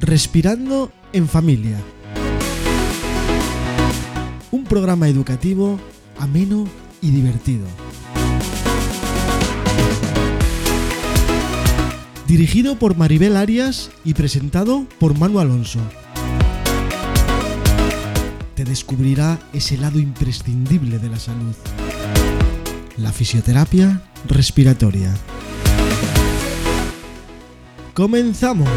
Respirando en Familia. Un programa educativo ameno y divertido. Dirigido por Maribel Arias y presentado por Manu Alonso. Te descubrirá ese lado imprescindible de la salud: la fisioterapia respiratoria. ¡Comenzamos!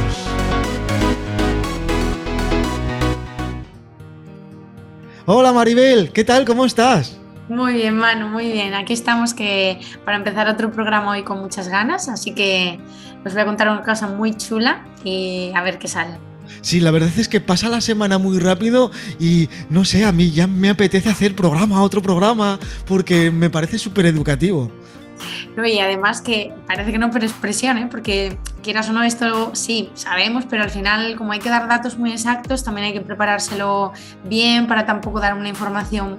Hola Maribel, ¿qué tal? ¿Cómo estás? Muy bien, Manu, muy bien. Aquí estamos para empezar otro programa hoy con muchas ganas, así que os voy a contar una cosa muy chula y a ver qué sale. Sí, la verdad es que pasa la semana muy rápido y no sé, a mí ya me apetece hacer otro programa, porque me parece súper educativo. No, y además que parece que no, pero es presión, ¿eh? Porque quieras o no, esto sí, sabemos, pero al final, como hay que dar datos muy exactos, también hay que preparárselo bien para tampoco dar una información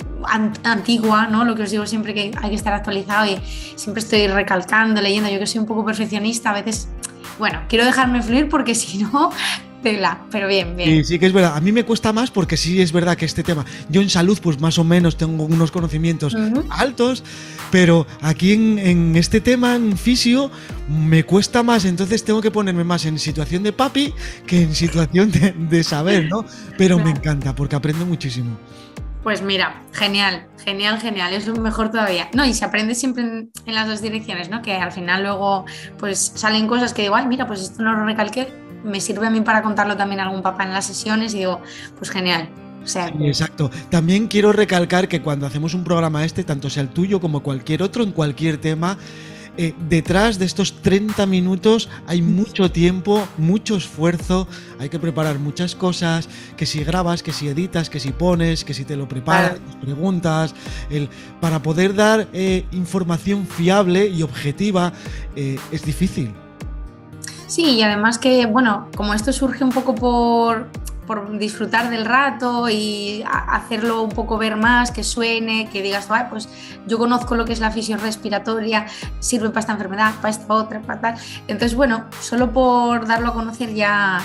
antigua, ¿no? Lo que os digo siempre, que hay que estar actualizado, y siempre estoy recalcando, leyendo. Yo que soy un poco perfeccionista, a veces, bueno, quiero dejarme fluir porque si no, pero bien. Sí que es verdad. A mí me cuesta más porque sí es verdad que este tema, yo en salud pues más o menos tengo unos conocimientos altos, pero aquí en este tema, en fisio, me cuesta más, entonces tengo que ponerme más en situación de papi que en situación de saber, ¿no? Pero me encanta porque aprendo muchísimo. Pues mira, genial, es lo mejor todavía. No, y se aprende siempre en las dos direcciones, ¿no? Que al final luego pues salen cosas que digo, ay, mira, pues esto no lo recalqué, me sirve a mí para contarlo también a algún papá en las sesiones y digo, pues genial. O sea, sí, exacto. También quiero recalcar que cuando hacemos un programa tanto sea el tuyo como cualquier otro, en cualquier tema, detrás de estos 30 minutos hay mucho tiempo, mucho esfuerzo, hay que preparar muchas cosas, que si grabas, que si editas, que si pones, que si te lo preparas, preguntas, para poder dar información fiable y objetiva, es difícil. Sí, y además que, bueno, como esto surge un poco por disfrutar del rato y hacerlo un poco ver más, que suene, que digas, ay, pues yo conozco lo que es la fisión respiratoria, sirve para esta enfermedad, para esta otra, para tal. Entonces, bueno, solo por darlo a conocer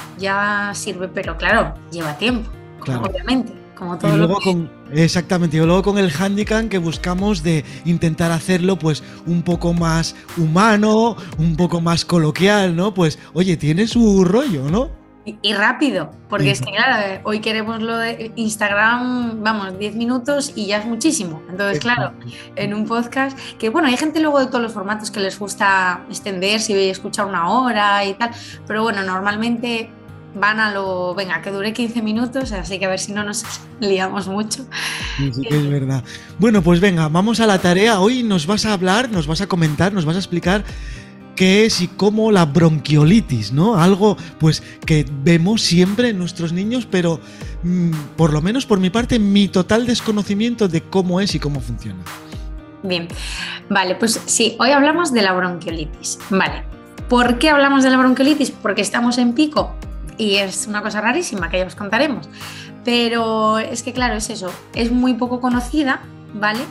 ya sirve, pero claro, lleva tiempo, claro. Obviamente, como todo lo que... Exactamente, y luego con el hándicap que buscamos de intentar hacerlo pues un poco más humano, un poco más coloquial, ¿no? Pues, oye, tiene su rollo, ¿no? Y rápido, porque es que claro, hoy queremos lo de Instagram, vamos, 10 minutos y ya es muchísimo. Entonces, claro, en un podcast, que bueno, hay gente luego de todos los formatos que les gusta extenderse y escuchar una hora y tal, pero bueno, normalmente van a venga, que dure 15 minutos, así que a ver si no nos liamos mucho. Sí que es verdad. Bueno, pues venga, vamos a la tarea. Hoy nos vas a hablar, nos vas a comentar, nos vas a explicar qué es y cómo la bronquiolitis, ¿no? Algo pues que vemos siempre en nuestros niños, pero por lo menos por mi parte, mi total desconocimiento de cómo es y cómo funciona. Bien, vale, pues sí, hoy hablamos de la bronquiolitis. Vale, ¿por qué hablamos de la bronquiolitis? Porque estamos en pico y es una cosa rarísima que ya os contaremos, pero es que claro, es eso, es muy poco conocida, ¿vale?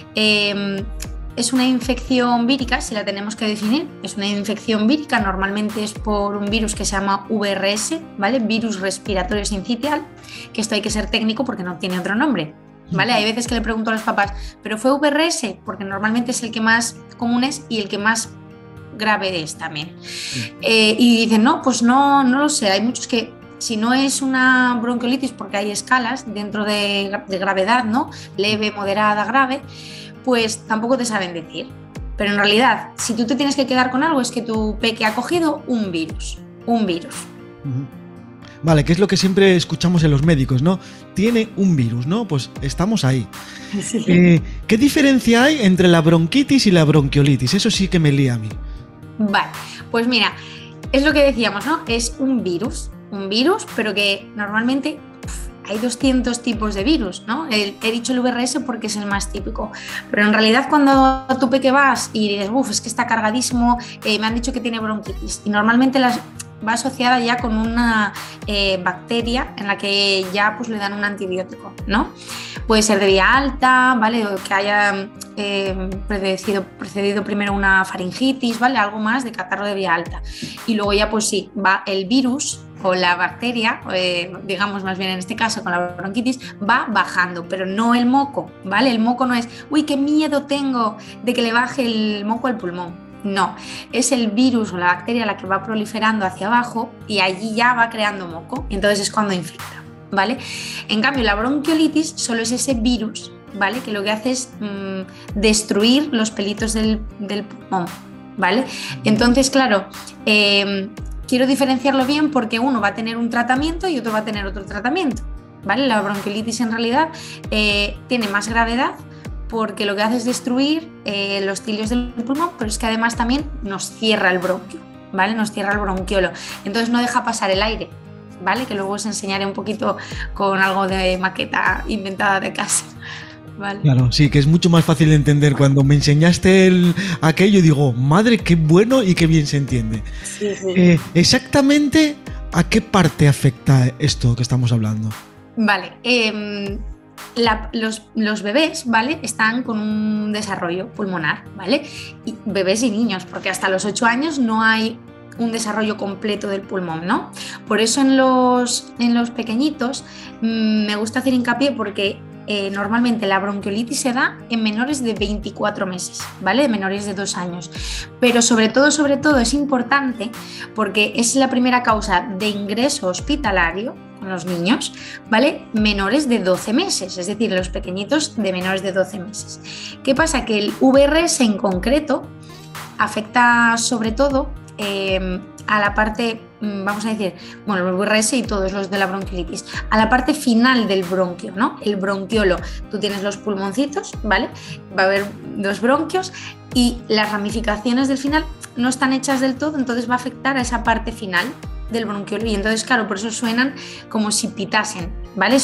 Es una infección vírica, si la tenemos que definir, es una infección vírica, normalmente es por un virus que se llama VRS, ¿vale? Virus respiratorio sincitial, que esto hay que ser técnico porque no tiene otro nombre, ¿vale? Hay veces que le pregunto a los papás, ¿pero fue VRS? Porque normalmente es el que más común es y el que más grave es también. Y dicen, no, pues no lo sé, hay muchos que si no es una bronquiolitis, porque hay escalas dentro de gravedad, ¿no? Leve, moderada, grave, pues tampoco te saben decir. Pero en realidad, si tú te tienes que quedar con algo, es que tu peque ha cogido un virus. Vale, que es lo que siempre escuchamos en los médicos, ¿no? Tiene un virus, ¿no? Pues estamos ahí. Sí. ¿Qué diferencia hay entre la bronquitis y la bronquiolitis? Eso sí que me lía a mí. Vale, pues mira, es lo que decíamos, ¿no? Es un virus, pero que normalmente hay 200 tipos de virus, ¿no? He dicho el VRS porque es el más típico, pero en realidad cuando a tu peque vas y dices, es que está cargadísimo, me han dicho que tiene bronquitis, y normalmente va asociada ya con una bacteria en la que ya pues le dan un antibiótico, ¿no? Puede ser de vía alta, ¿vale? O que haya precedido primero una faringitis, ¿vale? Algo más de catarro de vía alta. Y luego ya pues sí, va el virus o la bacteria, digamos más bien en este caso con la bronquitis, va bajando, pero no el moco, ¿vale? El moco no es, uy, qué miedo tengo de que le baje el moco al pulmón. No, es el virus o la bacteria la que va proliferando hacia abajo y allí ya va creando moco, y entonces es cuando infecta, ¿vale? En cambio, la bronquiolitis solo es ese virus, ¿vale? Que lo que hace es destruir los pelitos del pulmón, ¿vale? Entonces, claro, quiero diferenciarlo bien porque uno va a tener un tratamiento y otro va a tener otro tratamiento, ¿vale? La bronquiolitis en realidad tiene más gravedad porque lo que hace es destruir los cilios del pulmón, pero es que además también nos cierra el bronquio, ¿vale? Nos cierra el bronquiolo, entonces no deja pasar el aire, ¿vale? Que luego os enseñaré un poquito con algo de maqueta inventada de casa. Vale. Claro, sí, que es mucho más fácil de entender. Cuando me enseñaste aquello, digo, madre, qué bueno y qué bien se entiende. Sí. Exactamente, ¿a qué parte afecta esto que estamos hablando? Vale, los bebés, ¿vale? Están con un desarrollo pulmonar, ¿vale? Y bebés y niños, porque hasta los 8 años no hay un desarrollo completo del pulmón, ¿no? Por eso en los pequeñitos me gusta hacer hincapié porque normalmente la bronquiolitis se da en menores de 24 meses, ¿vale? Menores de 2 años. Pero sobre todo es importante porque es la primera causa de ingreso hospitalario con los niños, ¿vale? Menores de 12 meses, es decir, los pequeñitos de menores de 12 meses. ¿Qué pasa? Que el VRS en concreto afecta sobre todo a la parte, vamos a decir, bueno, el VRS y todos los de la bronquiolitis, a la parte final del bronquio, ¿no? El bronquiolo. Tú tienes los pulmoncitos, ¿vale? Va a haber 2 bronquios y las ramificaciones del final no están hechas del todo, entonces va a afectar a esa parte final del bronquiolo y entonces, claro, por eso suenan como si pitasen, ¿vale?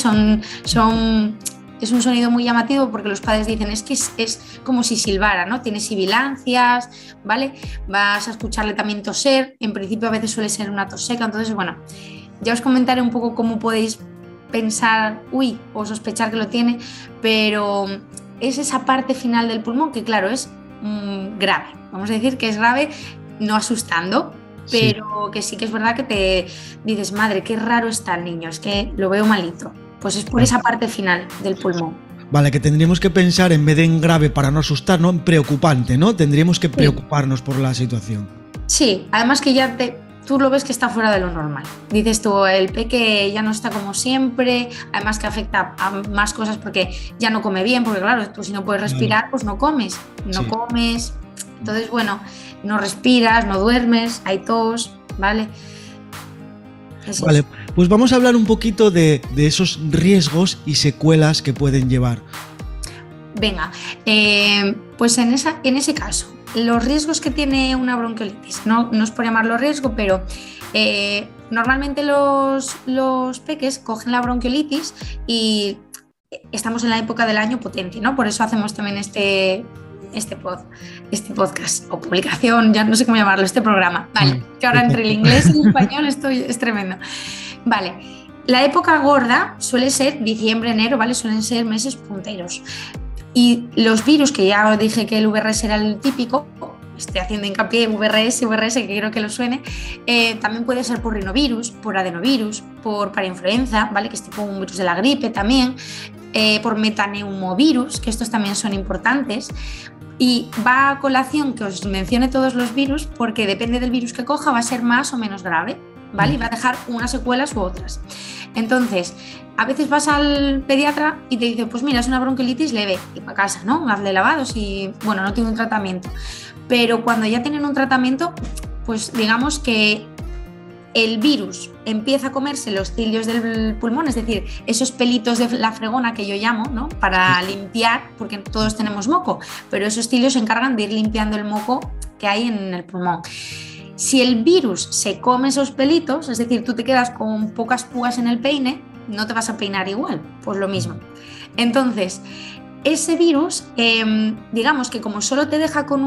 Es un sonido muy llamativo porque los padres dicen es que es como si silbara, ¿no? Tiene sibilancias, ¿vale? Vas a escucharle también toser, en principio a veces suele ser una tos seca, entonces bueno, ya os comentaré un poco cómo podéis pensar, o sospechar que lo tiene, pero es esa parte final del pulmón que claro, es grave, vamos a decir que es grave, no asustando, pero sí. Que sí que es verdad que te dices, madre, qué raro está el niño, es que lo veo malito. Pues es por esa parte final del pulmón. Vale, que tendríamos que pensar en vez de en grave para no asustarnos, en preocupante, ¿no? Tendríamos que preocuparnos por la situación. Sí, además que ya tú lo ves que está fuera de lo normal. Dices tú, el peque ya no está como siempre, además que afecta a más cosas porque ya no come bien, porque claro, tú si no puedes respirar, pues no comes, comes. Entonces, bueno, no respiras, no duermes, hay tos, ¿vale? Vale, pues vamos a hablar un poquito de esos riesgos y secuelas que pueden llevar. Venga, pues en ese caso, los riesgos que tiene una bronquiolitis, no es por llamarlo riesgo, pero normalmente los peques cogen la bronquiolitis y estamos en la época del año potente, ¿no? Por eso hacemos también este podcast o publicación, ya no sé cómo llamarlo, este programa. Vale, que ahora entre el inglés y el español es tremendo. Vale, la época gorda suele ser diciembre, enero, ¿vale? Suelen ser meses punteros. Y los virus, que ya os dije que el VRS era el típico, estoy haciendo hincapié en VRS, que quiero que lo suene, también puede ser por rinovirus, por adenovirus, por parainfluenza, ¿vale? Que es tipo un virus de la gripe también, por metaneumovirus, que estos también son importantes. Y va a colación que os mencione todos los virus porque depende del virus que coja va a ser más o menos grave, ¿vale? Y va a dejar unas secuelas u otras. Entonces, a veces vas al pediatra y te dice, pues mira, es una bronquiolitis leve, y para casa, ¿no? Hazle lavados y, bueno, no tiene un tratamiento. Pero cuando ya tienen un tratamiento, pues digamos que el virus empieza a comerse los cilios del pulmón, es decir, esos pelitos de la fregona que yo llamo, ¿no? Para limpiar, porque todos tenemos moco, pero esos cilios se encargan de ir limpiando el moco que hay en el pulmón. Si el virus se come esos pelitos, es decir, tú te quedas con pocas púas en el peine, no te vas a peinar igual, pues lo mismo. Entonces, ese virus, digamos que como solo te deja con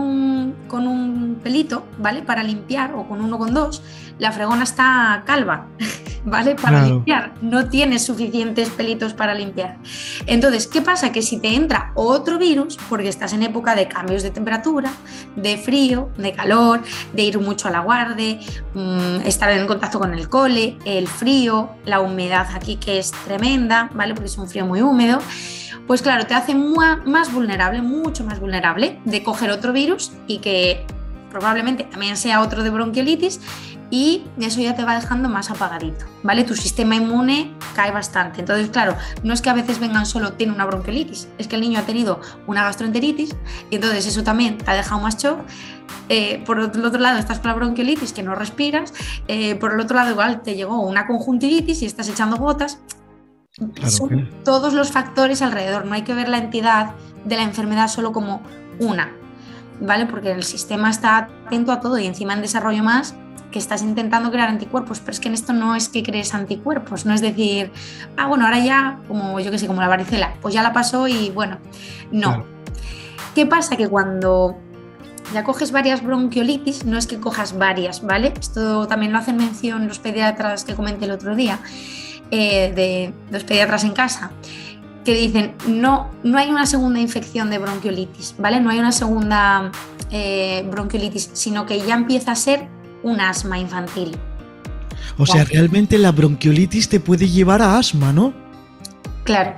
un pelito, ¿vale? Para limpiar, o con uno o con dos, la fregona está calva. ¿vale? Para limpiar, no tienes suficientes pelitos para limpiar. Entonces, ¿qué pasa? Que si te entra otro virus, porque estás en época de cambios de temperatura, de frío, de calor, de ir mucho a la guardia, estar en contacto con el cole, el frío, la humedad aquí que es tremenda, ¿vale? Porque es un frío muy húmedo, pues claro, te hace más vulnerable, mucho más vulnerable de coger otro virus y que probablemente también sea otro de bronquiolitis, y eso ya te va dejando más apagadito, ¿vale? Tu sistema inmune cae bastante. Entonces, claro, no es que a veces vengan solo tiene una bronquiolitis, es que el niño ha tenido una gastroenteritis y entonces eso también te ha dejado más shock. Por el otro lado estás con la bronquiolitis que no respiras, por el otro lado igual te llegó una conjuntivitis y estás echando gotas. Claro, son todos los factores alrededor, no hay que ver la entidad de la enfermedad solo como una, ¿vale? Porque el sistema está atento a todo y encima en desarrollo más, que estás intentando crear anticuerpos, pero es que en esto no es que crees anticuerpos, no es decir, bueno, ahora ya, como yo que sé, como la varicela, pues ya la pasó y bueno, no. Claro. ¿Qué pasa? Que cuando ya coges varias bronquiolitis, no es que cojas varias, ¿vale? Esto también lo hacen mención los pediatras que comenté el otro día, de los pediatras en casa, que dicen, no hay una segunda infección de bronquiolitis, ¿vale? No hay una segunda bronquiolitis, sino que ya empieza a ser un asma infantil. O sea, realmente la bronquiolitis te puede llevar a asma, ¿no? Claro.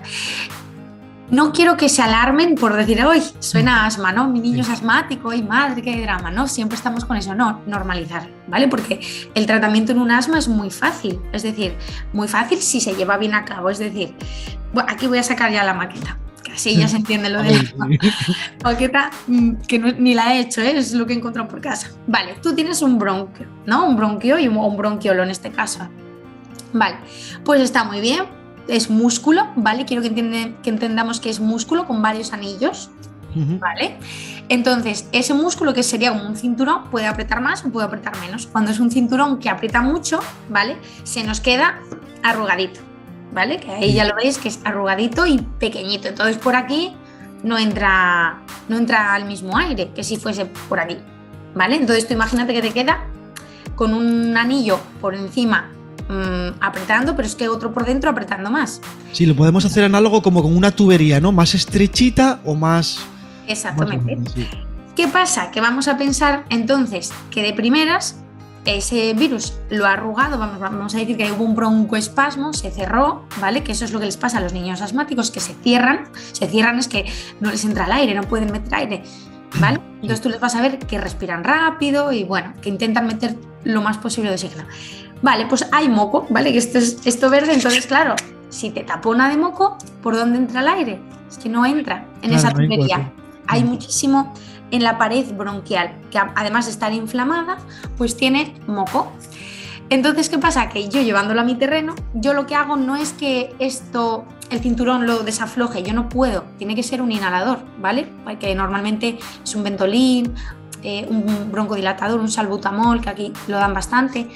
No quiero que se alarmen por decir, ¡ay, suena a asma!, ¿no? Mi niño es asmático, ¡ay, madre, qué drama!, ¿no? Siempre estamos con eso, no, normalizar, ¿vale? Porque el tratamiento en un asma es muy fácil, es decir, muy fácil si se lleva bien a cabo, es decir, bueno, aquí voy a sacar ya la maqueta, que así ya se entiende lo de la maqueta, que no, ni la he hecho, es lo que he encontrado por casa. Vale, tú tienes un bronquio, ¿no? Un bronquio y un bronquiolo en este caso. Vale, pues está muy bien. Es músculo, ¿vale? Quiero que entendamos que es músculo con varios anillos, ¿vale? Entonces, ese músculo que sería como un cinturón puede apretar más o puede apretar menos. Cuando es un cinturón que aprieta mucho, ¿vale? Se nos queda arrugadito, ¿vale? Que ahí ya lo veis que es arrugadito y pequeñito. Entonces, por aquí no entra al mismo aire que si fuese por aquí, ¿vale? Entonces, tú imagínate que te queda con un anillo por encima apretando, pero es que otro por dentro apretando más. Sí, lo podemos hacer análogo como con una tubería, ¿no? Más estrechita o más... Exactamente. Más sí. ¿Qué pasa? Que vamos a pensar entonces que de primeras ese virus lo ha arrugado, vamos a decir que hubo un broncoespasmo, se cerró, ¿vale? Que eso es lo que les pasa a los niños asmáticos, que se cierran es que no les entra el aire, no pueden meter aire, ¿vale? Entonces tú les vas a ver que respiran rápido y bueno, que intentan meter lo más posible de oxígeno. Vale, pues hay moco, ¿vale? Que esto verde, entonces claro, si te tapona de moco, ¿por dónde entra el aire? Es que no entra en esa tubería. Hay muchísimo en la pared bronquial, que además de estar inflamada, pues tiene moco. Entonces, ¿qué pasa? Que yo llevándolo a mi terreno, yo lo que hago no es que el cinturón lo desafloje, yo no puedo, tiene que ser un inhalador, ¿vale? Porque normalmente es un Ventolin, un broncodilatador, un salbutamol, que aquí lo dan bastante,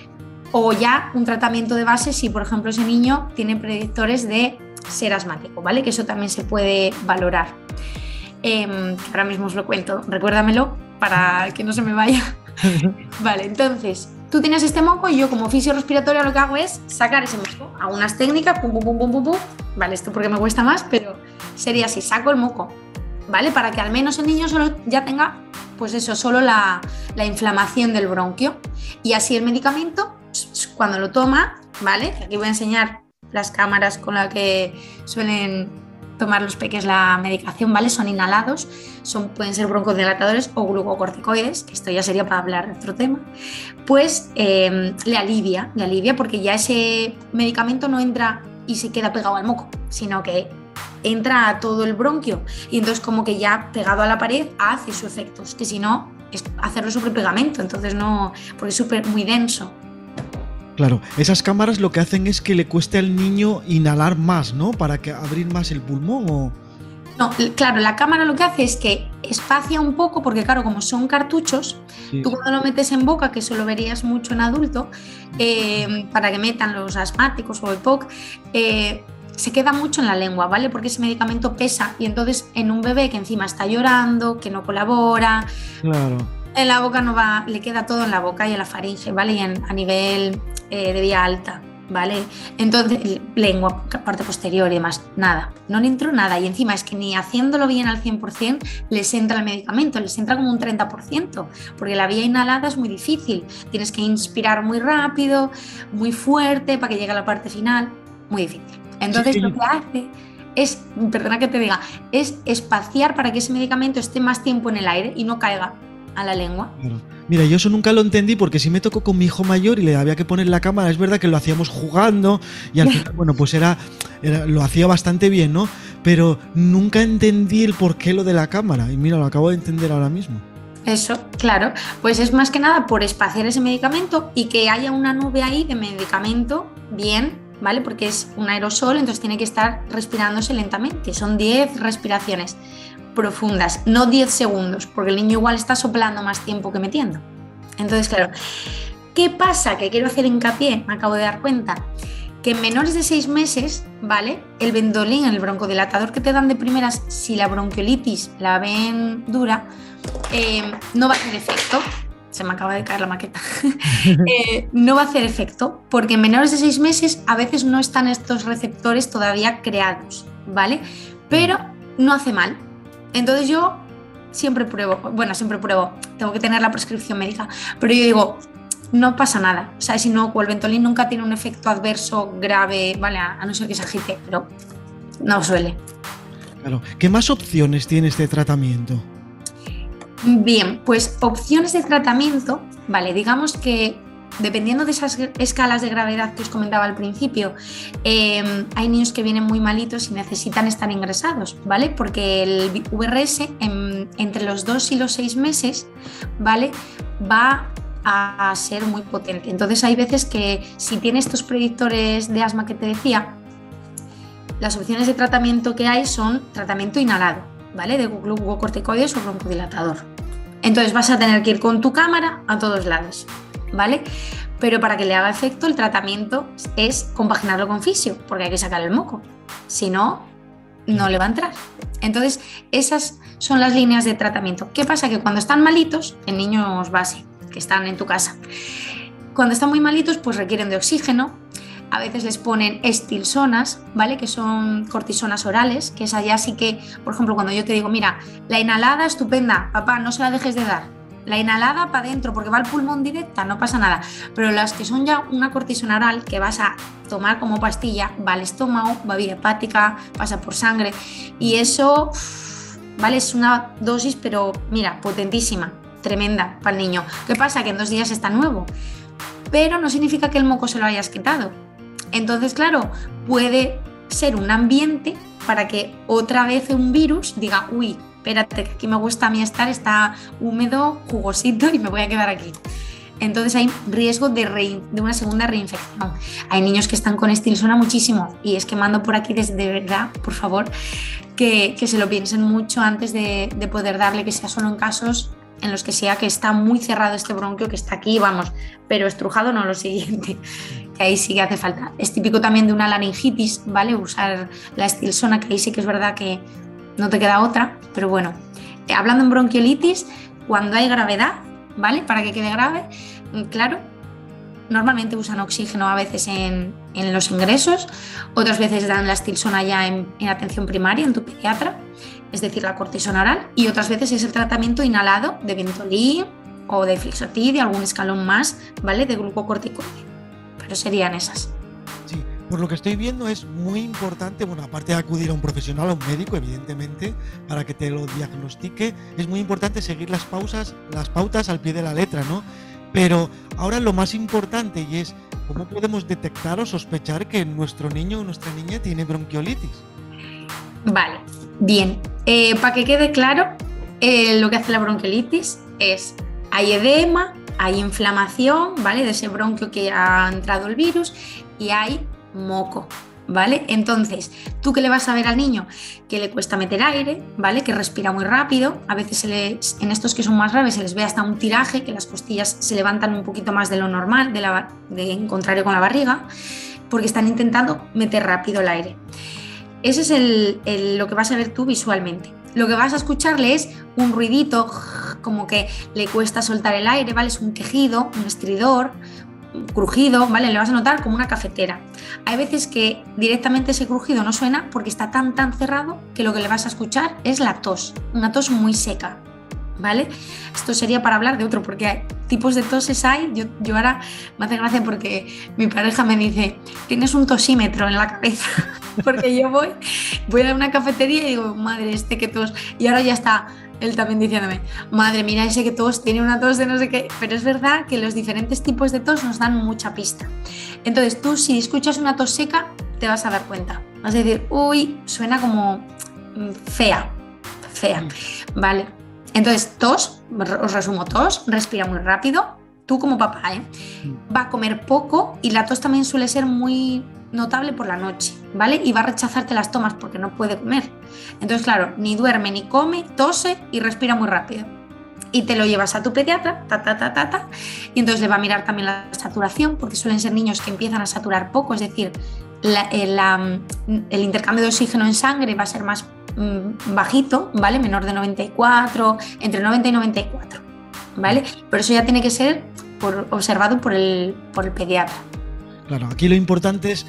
o ya un tratamiento de base si, por ejemplo, ese niño tiene predictores de ser asmático, ¿vale? Que eso también se puede valorar. Ahora mismo os lo cuento, recuérdamelo para que no se me vaya. Vale, entonces, tú tienes este moco y yo como fisiorrespiratoria lo que hago es sacar ese moco. Hago unas técnicas, pum, pum, pum, pum, pum, pum. Vale, esto porque me cuesta más, pero sería así, saco el moco, ¿vale? Para que al menos el niño solo ya tenga, pues eso, solo la inflamación del bronquio. Y así el medicamento, cuando lo toma, ¿vale? Aquí voy a enseñar las cámaras con las que suelen tomar los peques la medicación, ¿vale? Son inhalados, pueden ser broncodilatadores o glucocorticoides, que esto ya sería para hablar de otro tema. Pues le alivia porque ya ese medicamento no entra y se queda pegado al moco, sino que entra a todo el bronquio y entonces como que ya pegado a la pared hace sus efectos, que si no es hacerlo sobre pegamento, entonces no, porque es muy denso. Claro, esas cámaras lo que hacen es que le cueste al niño inhalar más, ¿no? Para que abrir más el pulmón o... No, claro, la cámara lo que hace es que espacia un poco, porque claro, como son cartuchos, sí. Tú cuando lo metes en boca, que eso lo verías mucho en adulto, para que metan los asmáticos o EPOC, se queda mucho en la lengua, ¿vale? Porque ese medicamento pesa y entonces en un bebé que encima está llorando, que no colabora... Claro. En la boca no va, le queda todo en la boca y en la faringe, ¿vale? Y a nivel de vía alta, ¿vale? Entonces, lengua, parte posterior y demás, nada, no le entró nada. Y encima es que ni haciéndolo bien al 100% les entra el medicamento, les entra como un 30%, porque la vía inhalada es muy difícil. Tienes que inspirar muy rápido, muy fuerte para que llegue a la parte final, muy difícil. Entonces, Sí. lo que hace es, perdona que te diga, es espaciar para que ese medicamento esté más tiempo en el aire y no caiga a la lengua. Claro. Mira, yo eso nunca lo entendí porque sí me tocó con mi hijo mayor y le había que poner la cámara. Es verdad que lo hacíamos jugando y al final, bueno, pues lo hacía bastante bien, ¿no? Pero nunca entendí el porqué lo de la cámara y mira, lo acabo de entender ahora mismo. Eso, claro, pues es más que nada por espaciar ese medicamento y que haya una nube ahí de medicamento bien, ¿vale? Porque es un aerosol, entonces tiene que estar respirándose lentamente. Son 10 respiraciones profundas, no 10 segundos, porque el niño igual está soplando más tiempo que metiendo. Entonces, claro, ¿qué pasa? Que quiero hacer hincapié, me acabo de dar cuenta, que en menores de 6 meses, ¿vale? El Ventolin, el broncodilatador que te dan de primeras, si la bronquiolitis la ven dura, no va a hacer efecto. Se me acaba de caer la maqueta. No va a hacer efecto, porque en menores de 6 meses a veces no están estos receptores todavía creados, ¿vale? Pero no hace mal. Entonces yo siempre pruebo, tengo que tener la prescripción médica, pero yo digo, no pasa nada, o sea, es inocuo, el Ventolin nunca tiene un efecto adverso grave, ¿vale? A no ser que se agite, pero no suele. Claro. ¿Qué más opciones tiene este tratamiento? Bien, pues opciones de tratamiento, ¿vale? Digamos que dependiendo de esas escalas de gravedad que os comentaba al principio, hay niños que vienen muy malitos y necesitan estar ingresados, ¿vale? Porque el VRS entre los 2 y los 6 meses, ¿vale? Va a ser muy potente. Entonces hay veces que si tiene estos predictores de asma que te decía, las opciones de tratamiento que hay son tratamiento inhalado, ¿vale? De glucocorticoides o broncodilatador. Entonces vas a tener que ir con tu cámara a todos lados, ¿vale? Pero para que le haga efecto el tratamiento es compaginarlo con fisio, porque hay que sacar el moco, si no, no le va a entrar. Entonces esas son las líneas de tratamiento. ¿Qué pasa? Que cuando están malitos, en niños base, que están en tu casa, cuando están muy malitos pues requieren de oxígeno. A veces les ponen estilsonas, ¿vale? Que son cortisonas orales, que es allá sí que, por ejemplo, cuando yo te digo, mira, la inhalada estupenda, papá, no se la dejes de dar. La inhalada para adentro, porque va al pulmón directa, no pasa nada. Pero las que son ya una cortisona oral, que vas a tomar como pastilla, va al estómago, va vía hepática, pasa por sangre. Y eso, ¿vale? Es una dosis, pero mira, potentísima, tremenda para el niño. ¿Qué pasa? Que en 2 días está nuevo. Pero no significa que el moco se lo hayas quitado. Entonces, claro, puede ser un ambiente para que otra vez un virus diga, uy, espérate, que aquí me gusta a mí estar, está húmedo, jugosito y me voy a quedar aquí. Entonces hay riesgo de una segunda reinfección. Hay niños que están con estilsona muchísimo y es que mando por aquí desde de verdad, por favor, que se lo piensen mucho antes de poder darle, que sea solo en casos en los que sea que está muy cerrado este bronquio, que está aquí, vamos, pero estrujado no lo siguiente, que ahí sí que hace falta. Es típico también de una laringitis, ¿vale? Usar la estilsona, que ahí sí que es verdad que no te queda otra, pero bueno, hablando en bronquiolitis, cuando hay gravedad, ¿vale? Para que quede grave, claro, normalmente usan oxígeno a veces en los ingresos, otras veces dan la estilsona ya en atención primaria, en tu pediatra, es decir, la cortisona oral, y otras veces es el tratamiento inhalado de Ventolin o de Flixotid y algún escalón más, ¿vale? De glucocorticoide, pero serían esas. Sí, por lo que estoy viendo es muy importante, bueno, aparte de acudir a un profesional, a un médico, evidentemente, para que te lo diagnostique, es muy importante seguir las pautas al pie de la letra, ¿no? Pero ahora lo más importante y es cómo podemos detectar o sospechar que nuestro niño o nuestra niña tiene bronquiolitis. Vale, bien. Para que quede claro, lo que hace la bronquiolitis es, hay edema, hay inflamación, ¿vale? De ese bronquio que ha entrado el virus y hay moco, ¿vale? Entonces, ¿tú qué le vas a ver al niño? Que le cuesta meter aire, ¿vale? Que respira muy rápido, a veces en estos que son más graves se les ve hasta un tiraje, que las costillas se levantan un poquito más de lo normal, en contrario con la barriga, porque están intentando meter rápido el aire. Ese es lo que vas a ver tú visualmente. Lo que vas a escucharle es un ruidito, como que le cuesta soltar el aire, ¿vale? Es un quejido, un estridor, crujido, ¿vale? Le vas a notar como una cafetera. Hay veces que directamente ese crujido no suena porque está tan cerrado que lo que le vas a escuchar es la tos, una tos muy seca, ¿vale? Esto sería para hablar de otro, porque hay tipos de toses yo ahora me hace gracia porque mi pareja me dice, tienes un tosímetro en la cabeza, porque yo voy a una cafetería y digo, madre, que tos, y ahora ya está él también diciéndome, madre, mira ese que tos, tiene una tos de no sé qué, pero es verdad que los diferentes tipos de tos nos dan mucha pista. Entonces tú si escuchas una tos seca, te vas a dar cuenta, vas a decir, uy, suena como fea, ¿vale? Entonces, tos, os resumo, tos, respira muy rápido, tú como papá, va a comer poco y la tos también suele ser muy notable por la noche, ¿vale? Y va a rechazarte las tomas porque no puede comer. Entonces, claro, ni duerme ni come, tose y respira muy rápido. Y te lo llevas a tu pediatra, y entonces le va a mirar también la saturación, porque suelen ser niños que empiezan a saturar poco, es decir, el intercambio de oxígeno en sangre va a ser más bajito, ¿vale? Menor de 94, entre 90 y 94, ¿vale? Pero eso ya tiene que ser observado por el pediatra. Claro, aquí lo importante es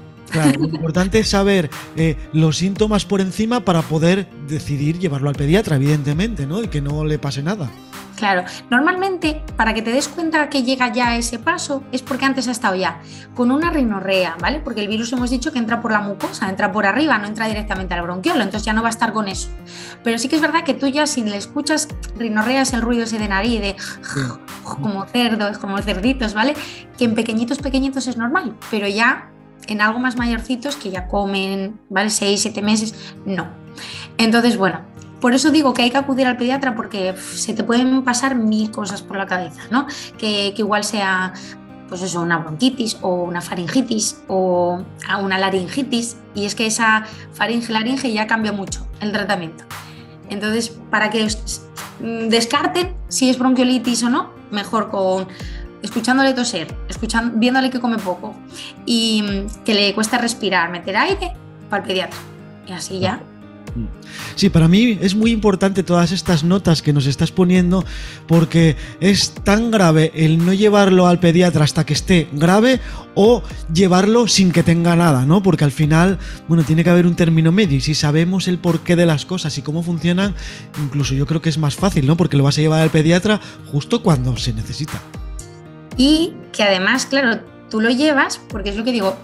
saber los síntomas por encima para poder decidir llevarlo al pediatra, evidentemente, ¿no? Y que no le pase nada. Claro, normalmente para que te des cuenta que llega ya a ese paso es porque antes ha estado ya con una rinorrea, ¿vale? Porque el virus hemos dicho que entra por la mucosa, entra por arriba, no entra directamente al bronquiolo, entonces ya no va a estar con eso. Pero sí que es verdad que tú ya si le escuchas rinorrea es el ruido ese de nariz, de como cerdos, como cerditos, ¿vale? Que en pequeñitos es normal, pero ya en algo más mayorcitos que ya comen, ¿vale? 6, 7 meses, no. Entonces, bueno, por eso digo que hay que acudir al pediatra porque se te pueden pasar 1000 cosas por la cabeza, ¿no? Que igual sea, pues eso, una bronquitis o una faringitis o una laringitis, y es que esa laringe ya cambia mucho el tratamiento. Entonces, para que descarten si es bronquiolitis o no, mejor escuchándole toser, viéndole que come poco y que le cuesta respirar, meter aire, para el pediatra. Y así ya. Sí, para mí es muy importante todas estas notas que nos estás poniendo porque es tan grave el no llevarlo al pediatra hasta que esté grave o llevarlo sin que tenga nada, ¿no? Porque al final, bueno, tiene que haber un término medio y si sabemos el porqué de las cosas y cómo funcionan, incluso yo creo que es más fácil, ¿no? Porque lo vas a llevar al pediatra justo cuando se necesita. Y que además, claro, tú lo llevas porque es lo que digo,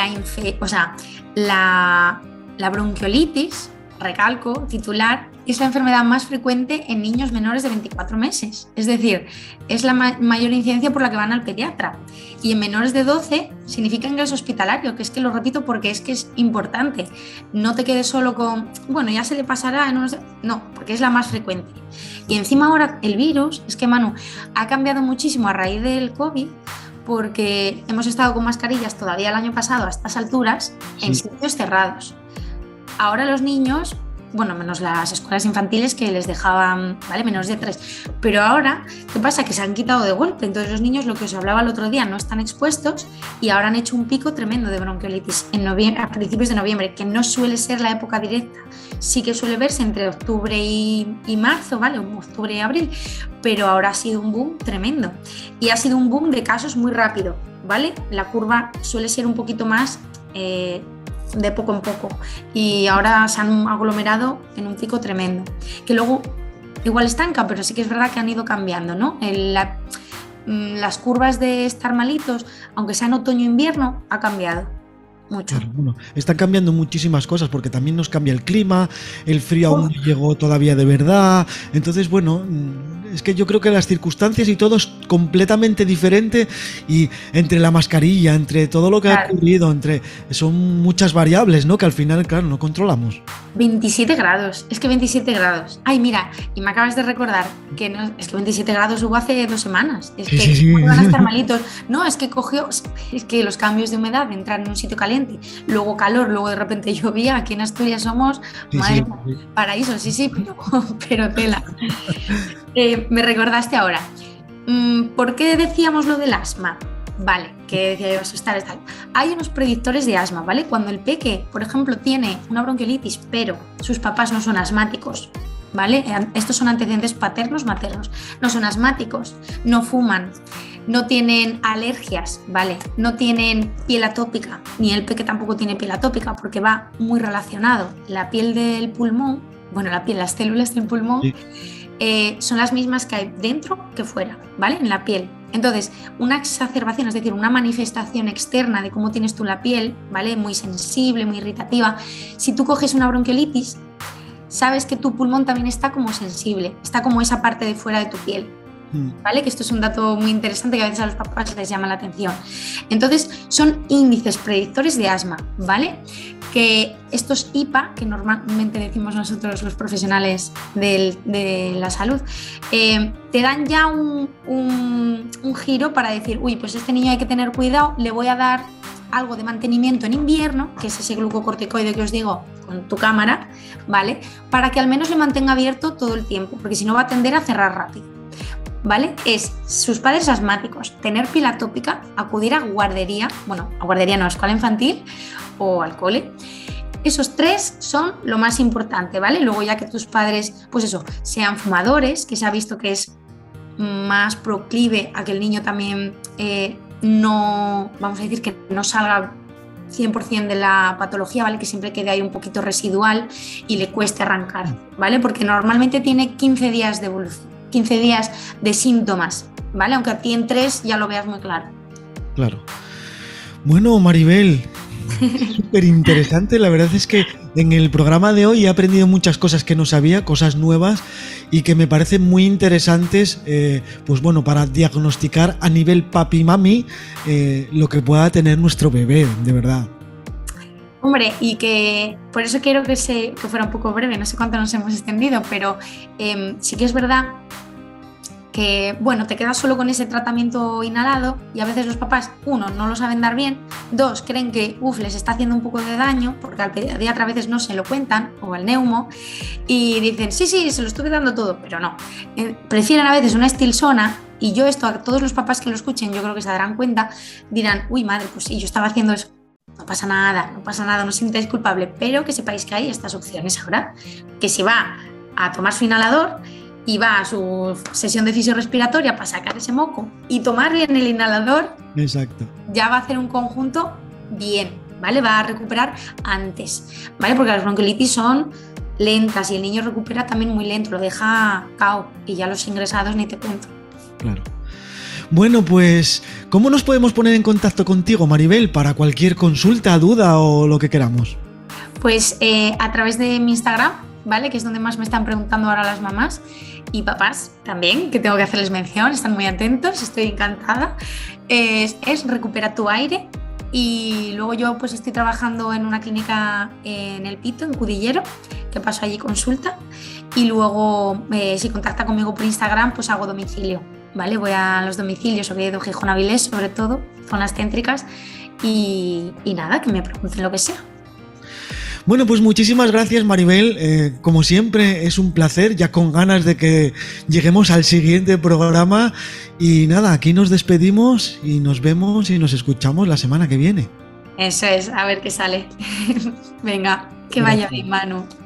la bronquiolitis, recalco, titular, es la enfermedad más frecuente en niños menores de 24 meses. Es decir, es la mayor incidencia por la que van al pediatra. Y en menores de 12 significa ingreso hospitalario, que es que lo repito porque es que es importante. No te quedes solo con, bueno, ya se le pasará. No, porque es la más frecuente. Y encima ahora el virus, es que Manu, ha cambiado muchísimo a raíz del COVID, porque hemos estado con mascarillas todavía el año pasado a estas alturas en sitios cerrados. Ahora los niños, bueno, menos las escuelas infantiles que les dejaban, ¿vale? Menos de 3. Pero ahora, ¿qué pasa? Que se han quitado de golpe. Entonces los niños, lo que os hablaba el otro día, no están expuestos y ahora han hecho un pico tremendo de bronquiolitis a principios de noviembre, que no suele ser la época directa. Sí que suele verse entre octubre y marzo, ¿vale? Octubre y abril. Pero ahora ha sido un boom tremendo. Y ha sido un boom de casos muy rápido, ¿vale? La curva suele ser un poquito más de poco en poco y ahora se han aglomerado en un pico tremendo que luego igual estanca, pero sí que es verdad que han ido cambiando, ¿no? Las curvas de estar malitos, aunque sea en otoño e invierno, ha cambiado mucho. Claro, bueno, están cambiando muchísimas cosas porque también nos cambia el clima, el frío aún no llegó todavía de verdad, entonces bueno, es que yo creo que las circunstancias y todo es completamente diferente y entre la mascarilla, entre todo lo que ha ocurrido, son muchas variables, ¿no? Que al final, claro, no controlamos. 27 grados, es que 27 grados. Ay, mira, y me acabas de recordar que no, es que 27 grados hubo hace 2 semanas. Es que sí. Van a estar malitos. No, es que los cambios de humedad, entrar en un sitio caliente, luego calor, luego de repente llovía. Aquí en Asturias somos paraíso, sí, pero tela. Me recordaste ahora. ¿Por qué decíamos lo del asma? Vale, que decía yo asustar tal. Hay unos predictores de asma, ¿vale? Cuando el peque, por ejemplo, tiene una bronquiolitis, pero sus papás no son asmáticos, ¿vale? Estos son antecedentes paternos, maternos. No son asmáticos, no fuman, no tienen alergias, ¿vale? No tienen piel atópica, ni el peque tampoco tiene piel atópica, porque va muy relacionado. La piel del pulmón, bueno, las células del pulmón, Sí. Son las mismas que hay dentro que fuera, ¿vale? En la piel. Entonces, una exacerbación, es decir, una manifestación externa de cómo tienes tú la piel, ¿vale? Muy sensible, muy irritativa. Si tú coges una bronquiolitis, sabes que tu pulmón también está como sensible, está como esa parte de fuera de tu piel, ¿vale? Que esto es un dato muy interesante que a veces a los papás les llama la atención. Entonces, son índices predictores de asma, ¿vale? Que estos IPA, que normalmente decimos nosotros los profesionales de la salud, te dan ya un giro para decir, uy, pues este niño hay que tener cuidado, le voy a dar algo de mantenimiento en invierno, que es ese glucocorticoide que os digo con tu cámara, ¿vale? Para que al menos le mantenga abierto todo el tiempo, porque si no va a tender a cerrar rápido, ¿vale? Es sus padres asmáticos, tener piel atópica, acudir a guardería, bueno, a guardería no, a escuela infantil o al cole. Esos 3 son lo más importante, ¿vale? Luego ya que tus padres, pues eso, sean fumadores, que se ha visto que es más proclive a que el niño también no, vamos a decir que no salga 100% de la patología, ¿vale? Que siempre quede ahí un poquito residual y le cueste arrancar, ¿vale? Porque normalmente tiene 15 días de evolución, 15 días de síntomas, ¿vale? Aunque a ti en 3 ya lo veas muy claro. Claro. Bueno, Maribel, súper interesante. La verdad es que en el programa de hoy he aprendido muchas cosas que no sabía, cosas nuevas y que me parecen muy interesantes, pues bueno, para diagnosticar a nivel papi-mami lo que pueda tener nuestro bebé, de verdad. Hombre, y que por eso quiero que fuera un poco breve, no sé cuánto nos hemos extendido, pero sí que es verdad que, bueno, te quedas solo con ese tratamiento inhalado y a veces los papás, 1, no lo saben dar bien, 2, creen que, les está haciendo un poco de daño, porque al pediatra a veces no se lo cuentan, o al neumo, y dicen, sí, se lo estuve dando todo, pero no. Prefieren a veces una Stilsona, y yo esto, a todos los papás que lo escuchen, yo creo que se darán cuenta, dirán, uy, madre, pues sí, yo estaba haciendo eso. No pasa nada, no os sintáis culpable, pero que sepáis que hay estas opciones ahora, que si va a tomar su inhalador y va a su sesión de fisiorrespiratoria para sacar ese moco y tomar bien el inhalador, exacto, ya va a hacer un conjunto bien, ¿vale? Va a recuperar antes, ¿vale? Porque las bronquiolitis son lentas y el niño recupera también muy lento, lo deja cao y ya los ingresados ni te cuento. Claro. Bueno, pues, ¿cómo nos podemos poner en contacto contigo, Maribel, para cualquier consulta, duda o lo que queramos? Pues a través de mi Instagram, ¿vale? Que es donde más me están preguntando ahora las mamás y papás también, que tengo que hacerles mención, están muy atentos, estoy encantada. Es Recupera tu aire. Y luego yo pues estoy trabajando en una clínica en El Pito, en Cudillero, que paso allí consulta. Y luego si contacta conmigo por Instagram, pues hago domicilio, ¿vale? Voy a los domicilios, Oviedo, Gijón, Avilés, sobre todo, zonas céntricas. Y nada, que me pregunten lo que sea. Bueno, pues muchísimas gracias, Maribel. Como siempre, es un placer, ya con ganas de que lleguemos al siguiente programa. Y nada, aquí nos despedimos y nos vemos y nos escuchamos la semana que viene. Eso es, a ver qué sale. Venga, que vaya bien, Manu.